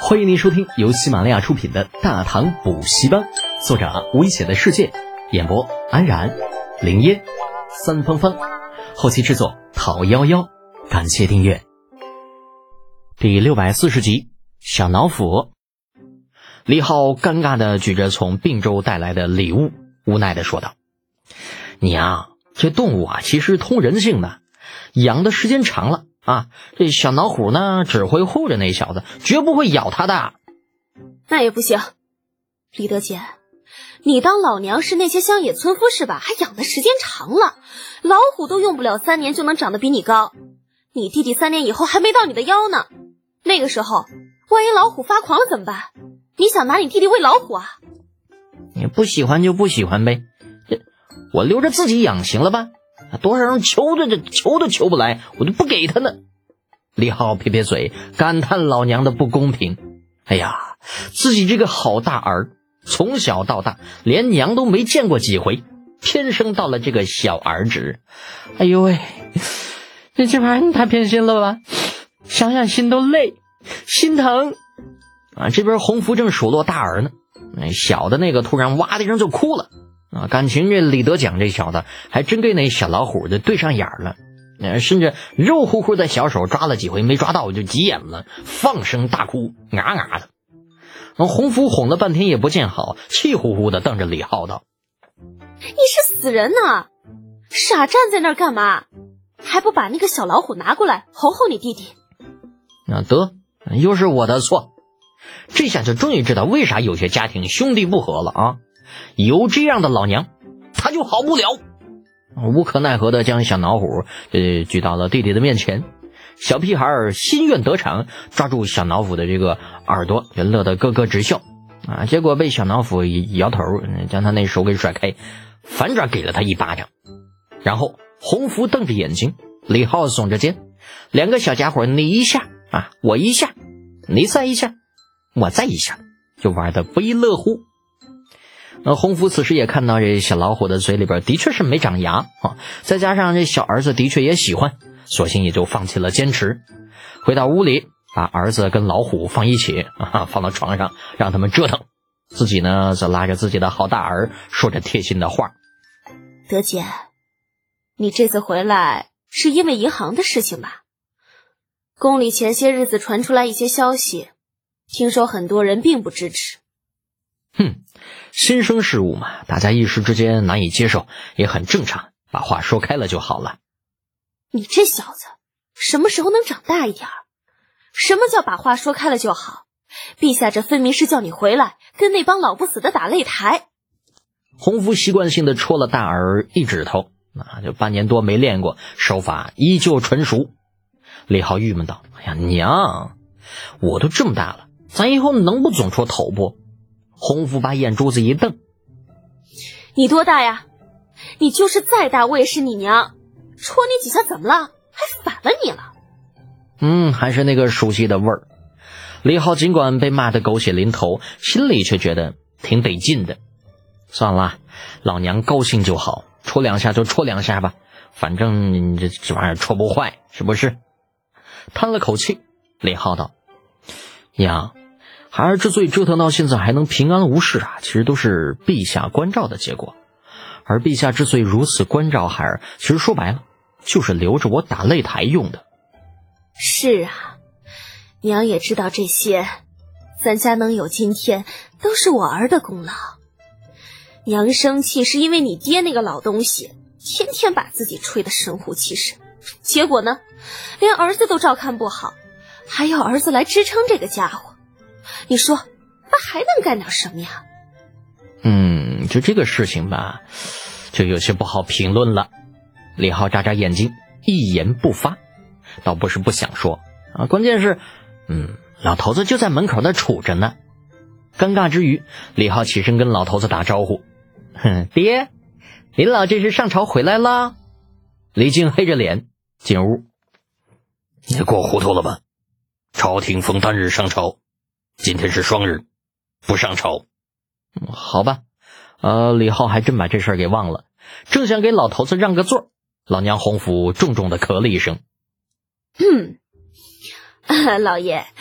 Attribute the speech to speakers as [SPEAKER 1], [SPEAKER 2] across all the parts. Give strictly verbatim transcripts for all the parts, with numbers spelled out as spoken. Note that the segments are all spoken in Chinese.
[SPEAKER 1] 欢迎您收听由喜马拉雅出品的《大唐补习班》，作者危险的世界，演播安然、林烟、三芳芳，后期制作陶幺幺。感谢订阅。第六百四十集，小脑斧。李浩尴尬地举着从并州带来的礼物，无奈地说道：娘，这动物啊其实通人性的，养的时间长了啊，这小老虎呢只会护着那小子，绝不会咬他的。
[SPEAKER 2] 那也不行，李德姐，你当老娘是那些乡野村夫是吧？还养的时间长了，老虎都用不了三年就能长得比你高，你弟弟三年以后还没到你的腰呢，那个时候万一老虎发狂了怎么办？你想拿你弟弟喂老虎啊？
[SPEAKER 1] 你不喜欢就不喜欢呗，这我留着自己养行了吧？多少人求着这求都求不来，我就不给他呢。李浩撇撇嘴，感叹老娘的不公平。哎呀，自己这个好大儿，从小到大连娘都没见过几回，偏生到了这个小儿子。哎呦喂，这这玩意儿太偏心了吧，想想心都累，心疼啊！这边洪福正数落大儿呢，小的那个突然哇的一声就哭了啊！感情这李德奖这小子还真给那小老虎的对上眼了，甚至肉乎乎的小手抓了几回没抓到就急眼了，放声大哭，啊啊的。洪福哄了半天也不见好，气呼呼的瞪着李浩道：
[SPEAKER 2] 你是死人呢，傻站在那儿干嘛？还不把那个小老虎拿过来哄哄你弟弟？
[SPEAKER 1] 那得，又是我的错。这下就终于知道为啥有些家庭兄弟不和了啊！有这样的老娘，他就好不了。无可奈何的将小老虎呃举到了弟弟的面前，小屁孩心愿得偿，抓住小老虎的这个耳朵，就乐得咯咯直笑啊！结果被小老虎一摇头，将他那手给甩开，反转给了他一巴掌。然后洪福瞪着眼睛，李浩耸着肩，两个小家伙你一下啊，我一下，你再一下，我再一下，就玩得不亦乐乎。那洪福此时也看到这小老虎的嘴里边的确是没长牙啊，再加上这小儿子的确也喜欢，索性也就放弃了坚持。回到屋里，把儿子跟老虎放一起啊，放到床上让他们折腾，自己呢则拉着自己的好大儿说着贴心的话：
[SPEAKER 2] 德姐，你这次回来是因为银行的事情吧？宫里前些日子传出来一些消息，听说很多人并不支持。
[SPEAKER 1] 哼，新生事物嘛，大家一时之间难以接受，也很正常，把话说开了就好了。
[SPEAKER 2] 你这小子什么时候能长大一点？什么叫把话说开了就好？陛下这分明是叫你回来跟那帮老不死的打擂台。
[SPEAKER 1] 洪福习惯性的戳了大儿一指头，那就半年多没练过，手法依旧纯熟。李浩郁闷道：哎呀娘，我都这么大了，咱以后能不总戳头不？洪福把眼珠子一瞪：
[SPEAKER 2] 你多大呀？你就是再大我也是你娘，戳你几下怎么了？还反了你了。
[SPEAKER 1] 嗯，还是那个熟悉的味儿。李浩尽管被骂得狗血淋头，心里却觉得挺得劲的。算了，老娘高兴就好，戳两下就戳两下吧，反正这这玩意儿戳不坏，是不是？叹了口气，李浩道：呀，孩儿之所以折腾到现在还能平安无事啊，其实都是陛下关照的结果。而陛下之所以如此关照孩儿，其实说白了就是留着我打擂台用的。
[SPEAKER 2] 是啊，娘也知道这些，咱家能有今天都是我儿的功劳。娘生气是因为你爹那个老东西天天把自己吹得神乎其神，结果呢连儿子都照看不好，还要儿子来支撑这个家伙，你说他还能干点什么呀？
[SPEAKER 1] 嗯，就这个事情吧，就有些不好评论了。李浩眨眨眼睛，一言不发，倒不是不想说啊，关键是嗯，老头子就在门口那杵着呢。尴尬之余，李浩起身跟老头子打招呼：哼，爹，您老这是上朝回来啦？李靖黑着脸进屋：
[SPEAKER 3] 你过糊涂了吧？朝廷逢单日上朝，今天是双日，不上朝。
[SPEAKER 1] 嗯、好吧，呃，李浩还真把这事儿给忘了，正想给老头子让个座，老娘洪福重重的咳了一声：
[SPEAKER 2] 嗯，啊、老爷，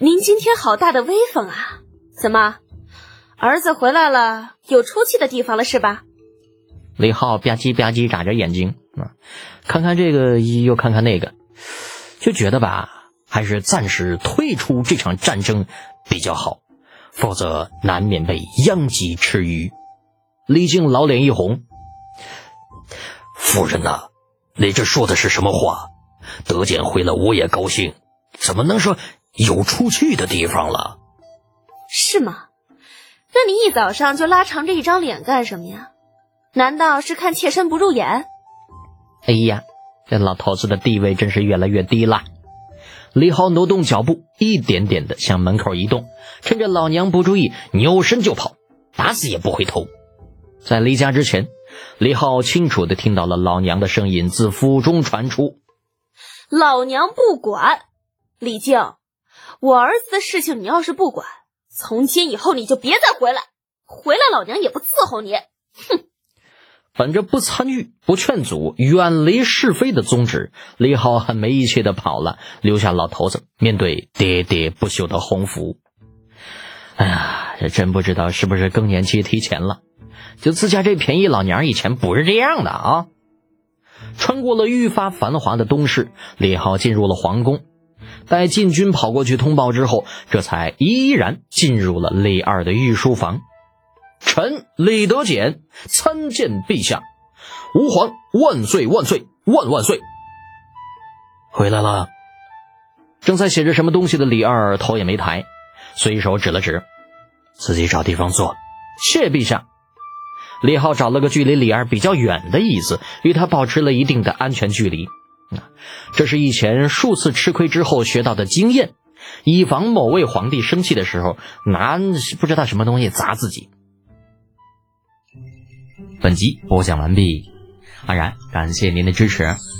[SPEAKER 2] 您今天好大的威风啊！怎么，儿子回来了，有出气的地方了是吧？
[SPEAKER 1] 李浩吧唧吧唧眨着眼睛啊，看看这个又看看那个，就觉得吧，还是暂时退出这场战争比较好，否则难免被殃及池鱼。李靖老脸一红：“
[SPEAKER 3] 夫人呐，你这说的是什么话？德简回来我也高兴，怎么能说有出去的地方了？”
[SPEAKER 2] 是吗？那你一早上就拉长这一张脸干什么呀？难道是看妾身不入眼？
[SPEAKER 1] 哎呀，这老头子的地位真是越来越低了。李浩挪动脚步，一点点的向门口移动，趁着老娘不注意，扭身就跑，打死也不回头。在离家之前，李浩清楚地听到了老娘的声音自府中传出：“
[SPEAKER 2] 老娘不管，李靖，我儿子的事情你要是不管，从今以后你就别再回来，回来老娘也不伺候你。”哼！
[SPEAKER 1] 本着不参与、不劝阻、远离是非的宗旨，李浩很没义气地跑了，留下老头子面对喋喋不休的洪福。哎呀，这真不知道是不是更年期提前了，就自家这便宜老娘以前不是这样的啊！穿过了愈发繁华的东市，李浩进入了皇宫。待禁军跑过去通报之后，这才依然进入了李二的御书房。臣李德简参见陛下，吾皇万岁万岁万万岁！
[SPEAKER 3] 回来了。
[SPEAKER 1] 正在写着什么东西的李二头也没抬，随手指了指：“
[SPEAKER 3] 自己找地方坐。”
[SPEAKER 1] 谢陛下。李浩找了个距离李二比较远的椅子，与他保持了一定的安全距离。这是以前数次吃亏之后学到的经验，以防某位皇帝生气的时候拿不知道什么东西砸自己。
[SPEAKER 4] 本集播讲完毕，安然感谢您的支持。